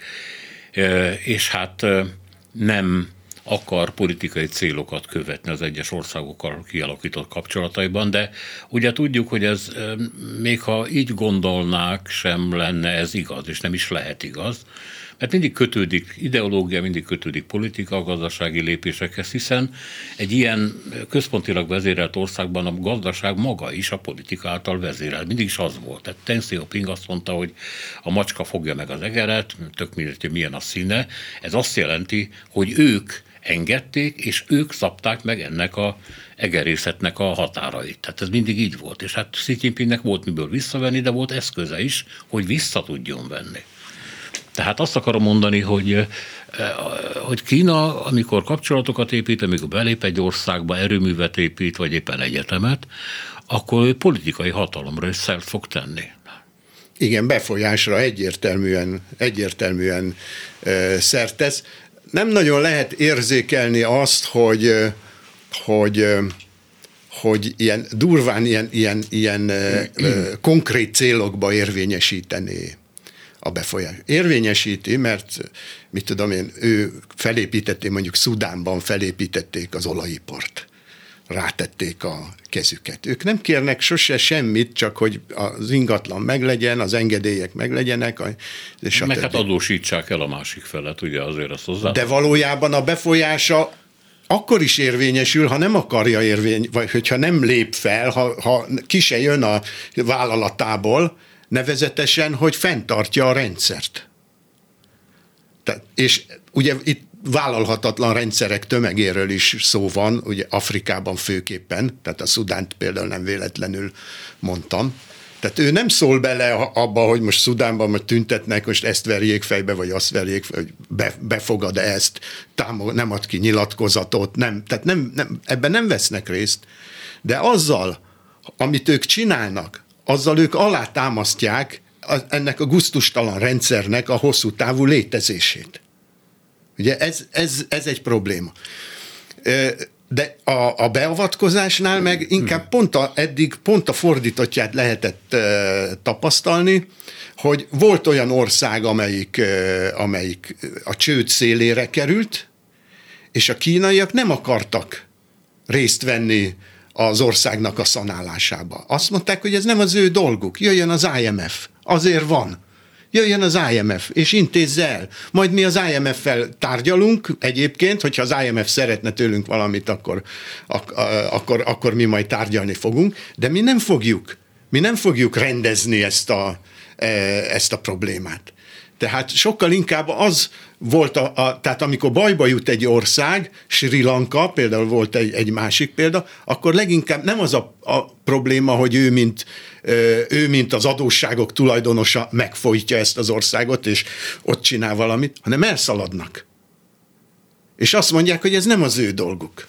És hát nem akar politikai célokat követni az egyes országokkal kialakított kapcsolataiban, de ugye tudjuk, hogy ez még ha így gondolnák, sem lenne ez igaz, és nem is lehet igaz, mert mindig kötődik ideológia, mindig kötődik politika a gazdasági lépésekhez, hiszen egy ilyen központilag vezérelt országban a gazdaság maga is a politika által vezérel. Mindig is az volt. Tehát Deng Xiaoping azt mondta, hogy a macska fogja meg az egeret, tök mindegy, hogy milyen a színe. Ez azt jelenti, hogy ők engedték, és ők szabták meg ennek a egerészetnek a határait. Tehát ez mindig így volt. És hát Xi Jinpingnek volt miből visszavenni, de volt eszköze is, hogy vissza tudjon venni. Tehát azt akarom mondani, hogy, hogy Kína, amikor kapcsolatokat épít, amikor belép egy országba, erőművet épít, vagy éppen egyetemet, akkor politikai hatalomra is szert fog tenni. Igen, befolyásra egyértelműen, egyértelműen uh, szert tesz. Nem nagyon lehet érzékelni azt, hogy, hogy, uh, hogy ilyen durván, ilyen, ilyen, ilyen uh, uh, konkrét célokba érvényesítené a befolyás. Érvényesíti, mert mit tudom én, ő felépítették, mondjuk Szudánban felépítették az olajipart. Rátették a kezüket. Ők nem kérnek sose semmit, csak hogy az ingatlan meglegyen, az engedélyek meglegyenek. És meg hát adósítsák el a másik felet, ugye azért azt hozzá. De valójában a befolyása akkor is érvényesül, ha nem akarja érvény, vagy hogyha nem lép fel, ha, ha ki se jön a vállalatából, nevezetesen, hogy fenntartja a rendszert. Tehát, és ugye itt vállalhatatlan rendszerek tömegéről is szó van, ugye Afrikában főképpen, tehát a Szudánt például nem véletlenül mondtam. Tehát ő nem szól bele abba, hogy most Szudánban most tüntetnek, most ezt verjék fejbe, vagy azt verjék fejbe, hogy befogad ezt, támog, nem ad ki nyilatkozatot, nem, tehát nem, nem, ebben nem vesznek részt. De azzal, amit ők csinálnak, azzal ők alátámasztják ennek a gusztustalan rendszernek a hosszú távú létezését. Ugye ez, ez, ez egy probléma. De a, a beavatkozásnál meg inkább pont a, eddig pont a fordítottját lehetett tapasztalni, hogy volt olyan ország, amelyik, amelyik a csőd szélére került, és a kínaiak nem akartak részt venni az országnak a szanálásába. Azt mondták, hogy ez nem az ő dolguk, jöjjön az I M F, azért van. Jöjjön az I M F, és intézze el. Majd mi az I M F-fel tárgyalunk egyébként, hogyha az I M F szeretne tőlünk valamit, akkor, ak- akkor, akkor mi majd tárgyalni fogunk, de mi nem fogjuk. Mi nem fogjuk rendezni ezt a, ezt a problémát. Tehát sokkal inkább az volt, a, a, tehát amikor bajba jut egy ország, Sri Lanka például volt egy, egy másik példa, akkor leginkább nem az a, a probléma, hogy ő mint, ő mint az adósságok tulajdonosa megfojtja ezt az országot, és ott csinál valamit, hanem elszaladnak. És azt mondják, hogy ez nem az ő dolguk.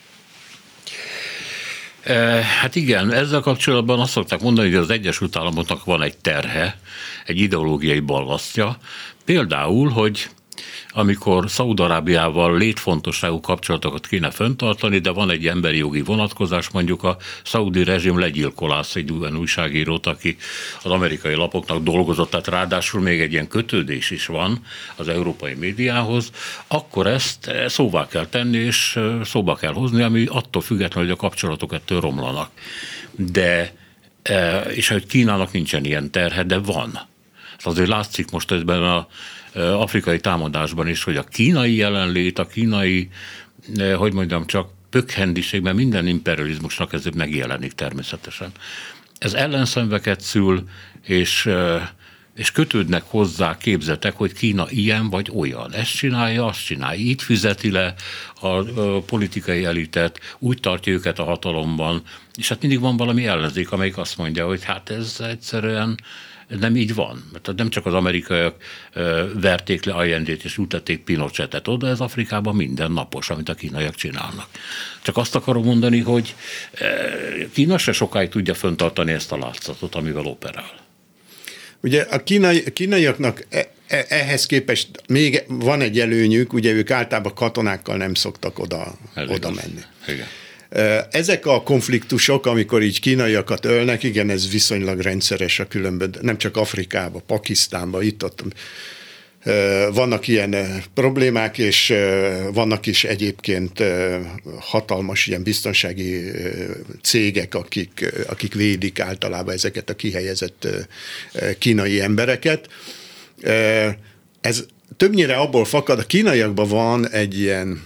Hát igen, ezzel kapcsolatban azt szokták mondani, hogy az Egyesült Államoknak van egy terhe, egy ideológiai ballasztja. Például, hogy amikor Szaúd-Arábiával létfontosságú kapcsolatokat kéne fenntartani, de van egy emberi jogi vonatkozás, mondjuk a szaudi rezsim legyilkolász egy olyan újságírót, aki az amerikai lapoknak dolgozott, tehát ráadásul még egy ilyen kötődés is van az európai médiához, akkor ezt szóvá kell tenni, és szóba kell hozni, ami attól függetlenül, hogy a kapcsolatok ettől romlanak. De, és hogy Kínának nincsen ilyen terhe, de van. Azért látszik most ebben a afrikai támadásban is, hogy a kínai jelenlét, a kínai, hogy mondjam, csak pökhendiségben minden imperializmusnak ez megjelenik természetesen. Ez ellenszenveket szül, és, és kötődnek hozzá képzetek, hogy Kína ilyen vagy olyan. Ezt csinálja, azt csinálja. Így fizeti le a politikai elitet, úgy tartja őket a hatalomban, és hát mindig van valami ellenzék, amelyik azt mondja, hogy hát ez egyszerűen nem így van. Mert nem csak az amerikaiak verték le Allendét és ültették Pinochetet oda, ez Afrikában minden napos, amit a kínaiak csinálnak. Csak azt akarom mondani, hogy Kína se sokáig tudja fenntartani ezt a látszatot, amivel operál. Ugye a kínai, kínaiaknak ehhez képest még van egy előnyük, ugye ők általában katonákkal nem szoktak oda, oda menni. Igen. Ezek a konfliktusok, amikor így kínaiakat ölnek, igen, ez viszonylag rendszeres a különböző, nem csak Afrikában, Pakisztánban, itt-ott vannak ilyen problémák, és vannak is egyébként hatalmas ilyen biztonsági cégek, akik, akik védik általában ezeket a kihelyezett kínai embereket. Ez többnyire abból fakad, a kínaiakban van egy ilyen,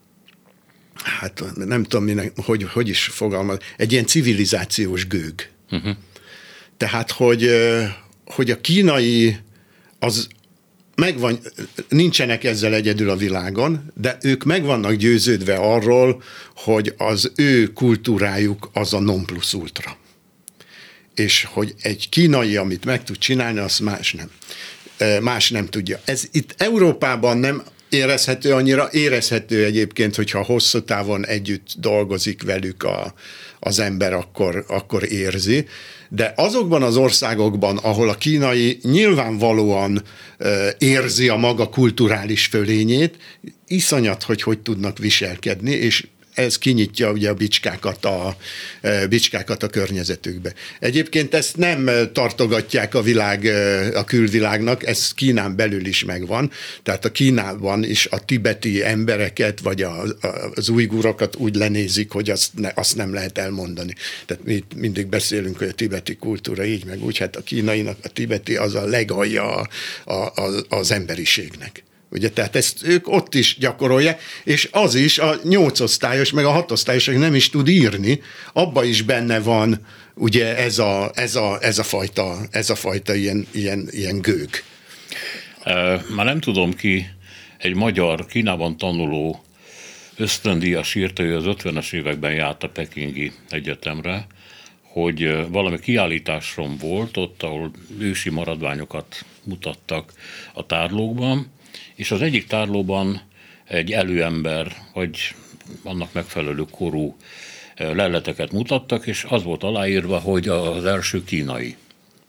hát nem tudom, minek, hogy, hogy is fogalmaz, egy ilyen civilizációs gőg. Uh-huh. Tehát, hogy, hogy a kínai, az megvan, nincsenek ezzel egyedül a világon, de ők meg vannak győződve arról, hogy az ő kultúrájuk az a non plus ultra. És hogy egy kínai, amit meg tud csinálni, azt más nem. Más nem tudja. Ez itt Európában nem érezhető annyira, érezhető egyébként, hogyha hosszú távon együtt dolgozik velük a, az ember, akkor, akkor érzi. De azokban az országokban, ahol a kínai nyilvánvalóan érzi a maga kulturális fölényét, iszonyat, hogy hogy tudnak viselkedni, és ez kinyitja ugye a bicskákat a, bicskákat a környezetükbe. Egyébként ezt nem tartogatják a világ, a külvilágnak, ez Kínán belül is megvan, tehát a Kínában is a tibeti embereket, vagy a, az ujgurokat úgy lenézik, hogy azt, ne, azt nem lehet elmondani. Tehát mi mindig beszélünk, hogy a tibeti kultúra így meg úgy, hát a kínainak a tibeti az a legalja a, a, a, az emberiségnek. Ugye, tehát ezt ők ott is gyakorolják, és az is a nyolcosztályos, meg a hatosztályos, aki nem is tud írni, abban is benne van ugye ez a, ez a, ez a fajta, ez a fajta ilyen, ilyen, ilyen gőg. Már nem tudom ki, egy magyar Kínában tanuló ösztöndíjas írta, hogy az ötvenes években járt a Pekingi Egyetemre, hogy valami kiállításon volt, ott, ahol ősi maradványokat mutattak a tárlókban, és az egyik tárlóban egy előember, vagy annak megfelelő korú leleteket mutattak, és az volt aláírva, hogy az első kínai.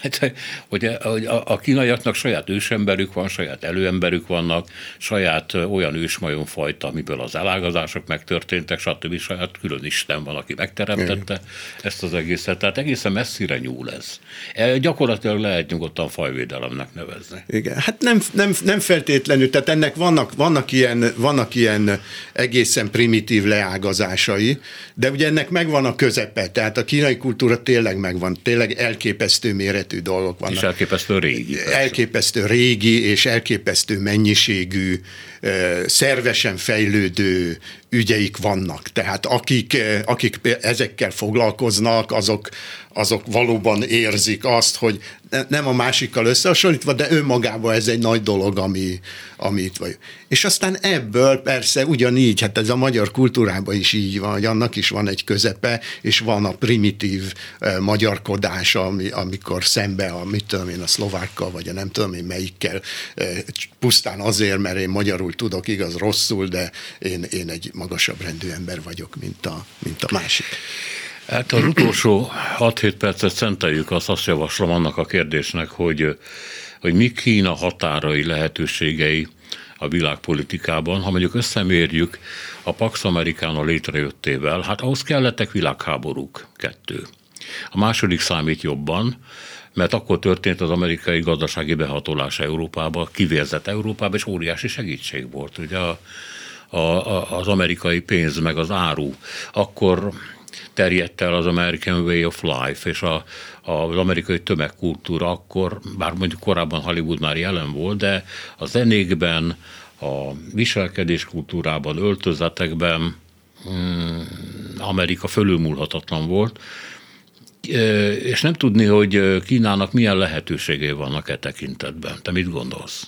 Hát, hogy a, a kínaiaknak saját ősemberük van, saját előemberük vannak, saját olyan ősmajomfajta, amiből az elágazások megtörténtek, stb. Saját külön Isten van, aki megteremtette Igen. ezt az egészet. Tehát egészen messzire nyúl ez. E, gyakorlatilag lehet nyugodtan fajvédelemnek nevezni. Igen, hát nem, nem, nem feltétlenül, tehát ennek vannak, vannak, ilyen, vannak ilyen egészen primitív leágazásai, de ugye ennek megvan a közepe, tehát a kínai kultúra tényleg megvan, tényleg elképesztő méretű dolgok vannak. És elképesztő régi. Persze. Elképesztő régi és elképesztő mennyiségű, szervesen fejlődő ügyeik vannak. Tehát akik, akik ezekkel foglalkoznak, azok, azok valóban érzik azt, hogy nem a másikkal összehasonlítva, de önmagában ez egy nagy dolog, ami, ami itt vagy. És aztán ebből persze ugyanígy, hát ez a magyar kultúrában is így van, hogy annak is van egy közepe, és van a primitív uh, magyarkodás, ami, amikor szembe a, mit tudom én, a szlovákkal, vagy a nem tudom én melyikkel, uh, pusztán azért, mert én magyarul tudok, igaz, rosszul, de én, én egy magasabb rendű ember vagyok, mint a, mint a másik. Hát az utolsó hat-hét percet szenteljük, azt, azt javaslom annak a kérdésnek, hogy, hogy mi Kína határai, lehetőségei a világpolitikában, ha mondjuk összemérjük a Pax Americana létrejöttével, hát ahhoz kellettek világháborúk, kettő. A második számít jobban, mert akkor történt az amerikai gazdasági behatolás Európába, kivérzett Európába, és óriási segítség volt. Ugye a, a, az amerikai pénz, meg az áru, akkor terjedt el az American Way of Life, és a, a, az amerikai tömegkultúra akkor, bár mondjuk korábban Hollywood már jelen volt, de a zenékben, a viselkedés kultúrában, öltözetekben hmm, Amerika fölülmúlhatatlan volt, és nem tudni, hogy Kínának milyen lehetőségei vannak e tekintetben. Te mit gondolsz?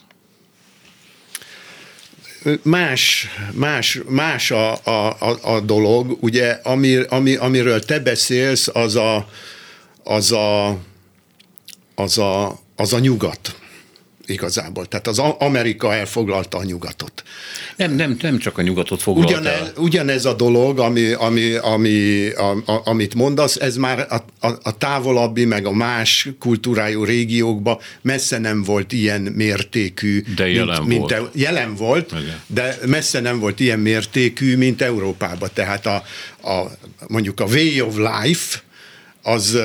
Más, más, más a, a, a dolog, ugye, ami, ami, amiről te beszélsz, az a, az a, az a, az a nyugat igazából. Tehát az Amerika elfoglalta a nyugatot. Nem, nem, nem csak a nyugatot foglalta. Ugyanez, ugyanez a dolog, ami, ami, ami, a, a, amit mondasz, ez már a, a, a távolabbi, meg a más kultúrájú régiókban messze nem volt ilyen mértékű. De jelen mint, volt. Mint, jelen volt, Igen. de messze nem volt ilyen mértékű, mint Európában. Tehát a, a, mondjuk a way of life, az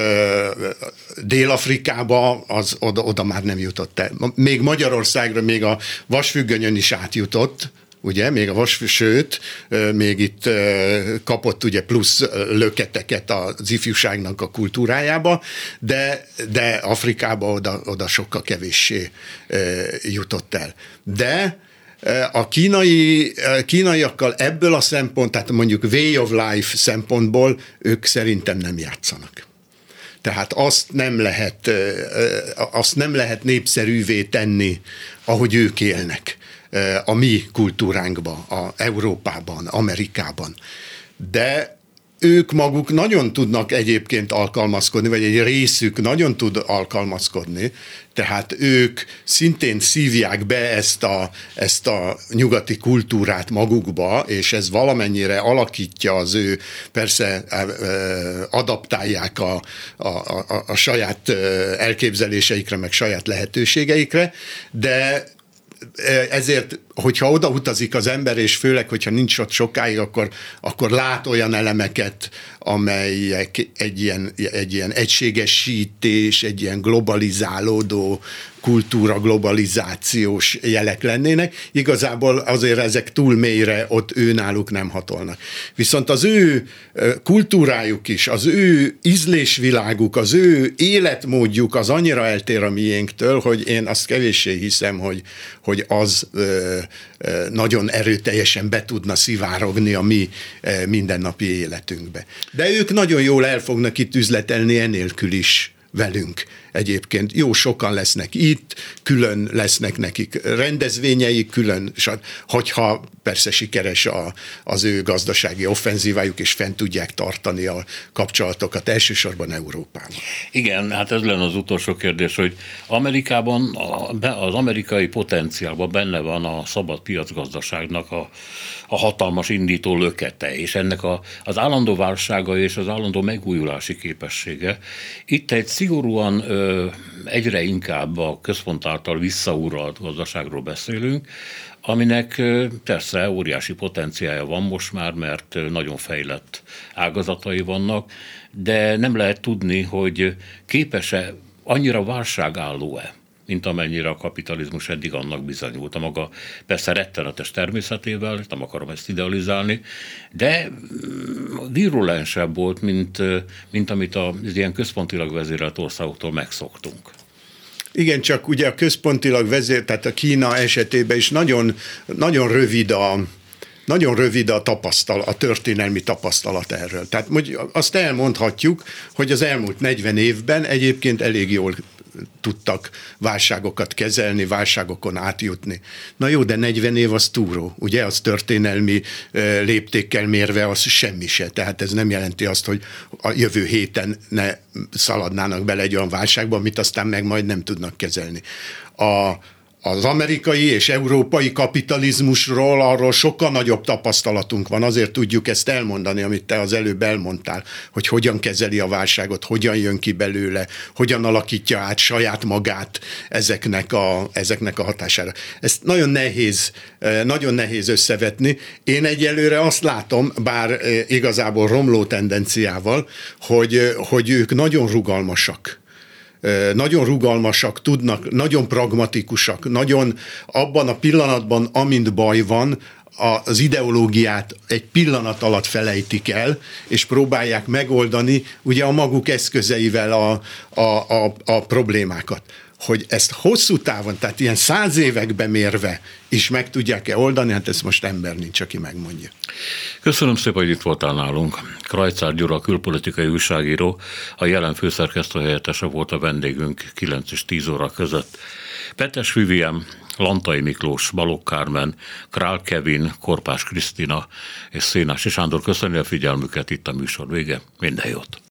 Dél-Afrikába, az oda, oda már nem jutott el. Még Magyarországra, még a vasfüggönyön is átjutott, ugye, még a vasfű, sőt, még itt kapott ugye plusz löketeket az ifjúságnak a kultúrájába, de, de Afrikába oda, oda sokkal kevéssé jutott el. De a kínai, kínaiakkal ebből a szempont, tehát mondjuk way of life szempontból ők szerintem nem játszanak. Tehát azt nem lehet, azt nem lehet népszerűvé tenni, ahogy ők élnek a mi kultúránkban, a Európában, Amerikában. De ők maguk nagyon tudnak egyébként alkalmazkodni, vagy egy részük nagyon tud alkalmazkodni, tehát ők szintén szívják be ezt a, ezt a nyugati kultúrát magukba, és ez valamennyire alakítja az ő, persze adaptálják a, a, a, a saját elképzeléseikre, meg saját lehetőségeikre, de ezért, hogyha oda utazik az ember, és főleg, hogyha nincs ott sokáig, akkor, akkor lát olyan elemeket, amelyek egy ilyen, egy ilyen egységesítés, egy ilyen globalizálódó kultúra, globalizációs jelek lennének. Igazából azért ezek túl mélyre ott ő náluk nem hatolnak. Viszont az ő kultúrájuk is, az ő ízlésviláguk, az ő életmódjuk az annyira eltér a miénktől, hogy én azt kevéssé hiszem, hogy, hogy az ö, ö, nagyon erőteljesen be tudna szivárogni a mi ö, mindennapi életünkbe. De ők nagyon jól el fognak itt üzletelni enélkül is velünk. Egyébként jó sokan lesznek itt, külön lesznek nekik rendezvényeik, külön, hogyha persze sikeres a, az ő gazdasági offenzívájuk, és fent tudják tartani a kapcsolatokat, elsősorban Európában. Igen, hát ez lenne az utolsó kérdés, hogy Amerikában, az amerikai potenciálban benne van a szabad piacgazdaságnak a, a hatalmas indító lökete, és ennek a, az állandó válsága és az állandó megújulási képessége. Itt egy szigorúan egyre inkább a központ által visszauralt gazdaságról beszélünk, aminek persze óriási potenciálja van most már, mert nagyon fejlett ágazatai vannak, de nem lehet tudni, hogy képes-e, annyira válságálló-e, mint amennyire a kapitalizmus eddig annak bizonyult. A maga persze rettenetes természetével, nem akarom ezt idealizálni, de virulensebb volt, mint, mint amit az ilyen központilag vezérelt országoktól megszoktunk. Igen, csak ugye a központilag vezér, tehát a Kína esetében is nagyon, nagyon rövid a Nagyon rövid a tapasztalat, a történelmi tapasztalat erről. Tehát azt elmondhatjuk, hogy az elmúlt negyven évben egyébként elég jól tudtak válságokat kezelni, válságokon átjutni. Na jó, de negyven év az túró, ugye, az történelmi léptékkel mérve az semmi se. Tehát ez nem jelenti azt, hogy a jövő héten ne szaladnának bele egy olyan válságba, amit aztán meg majd nem tudnak kezelni. A Az amerikai és európai kapitalizmusról arról sokkal nagyobb tapasztalatunk van, azért tudjuk ezt elmondani, amit te az előbb elmondtál, hogy hogyan kezeli a válságot, hogyan jön ki belőle, hogyan alakítja át saját magát ezeknek a, ezeknek a hatására. Ezt nagyon nehéz, nagyon nehéz összevetni. Én egyelőre azt látom, bár igazából romló tendenciával, hogy, hogy ők nagyon rugalmasak. Nagyon rugalmasak, tudnak, nagyon pragmatikusak, nagyon abban a pillanatban, amint baj van, az ideológiát egy pillanat alatt felejtik el, és próbálják megoldani ugye a maguk eszközeivel a, a, a, a problémákat. Hogy ezt hosszú távon, tehát ilyen száz években mérve is meg tudják-e oldani, hát ezt most ember nincs, aki megmondja. Köszönöm szépen, hogy itt voltál nálunk. Krajcár Gyula, a külpolitikai újságíró, a Jelen főszerkesztő helyettese volt a vendégünk kilenc és tíz óra között. Petes Vivien, Lantai Miklós, Balogh Kármen, Král Kevin, Korpás Krisztina és Szénási Sándor köszönöm a figyelmüket, itt a műsor vége. Minden jót!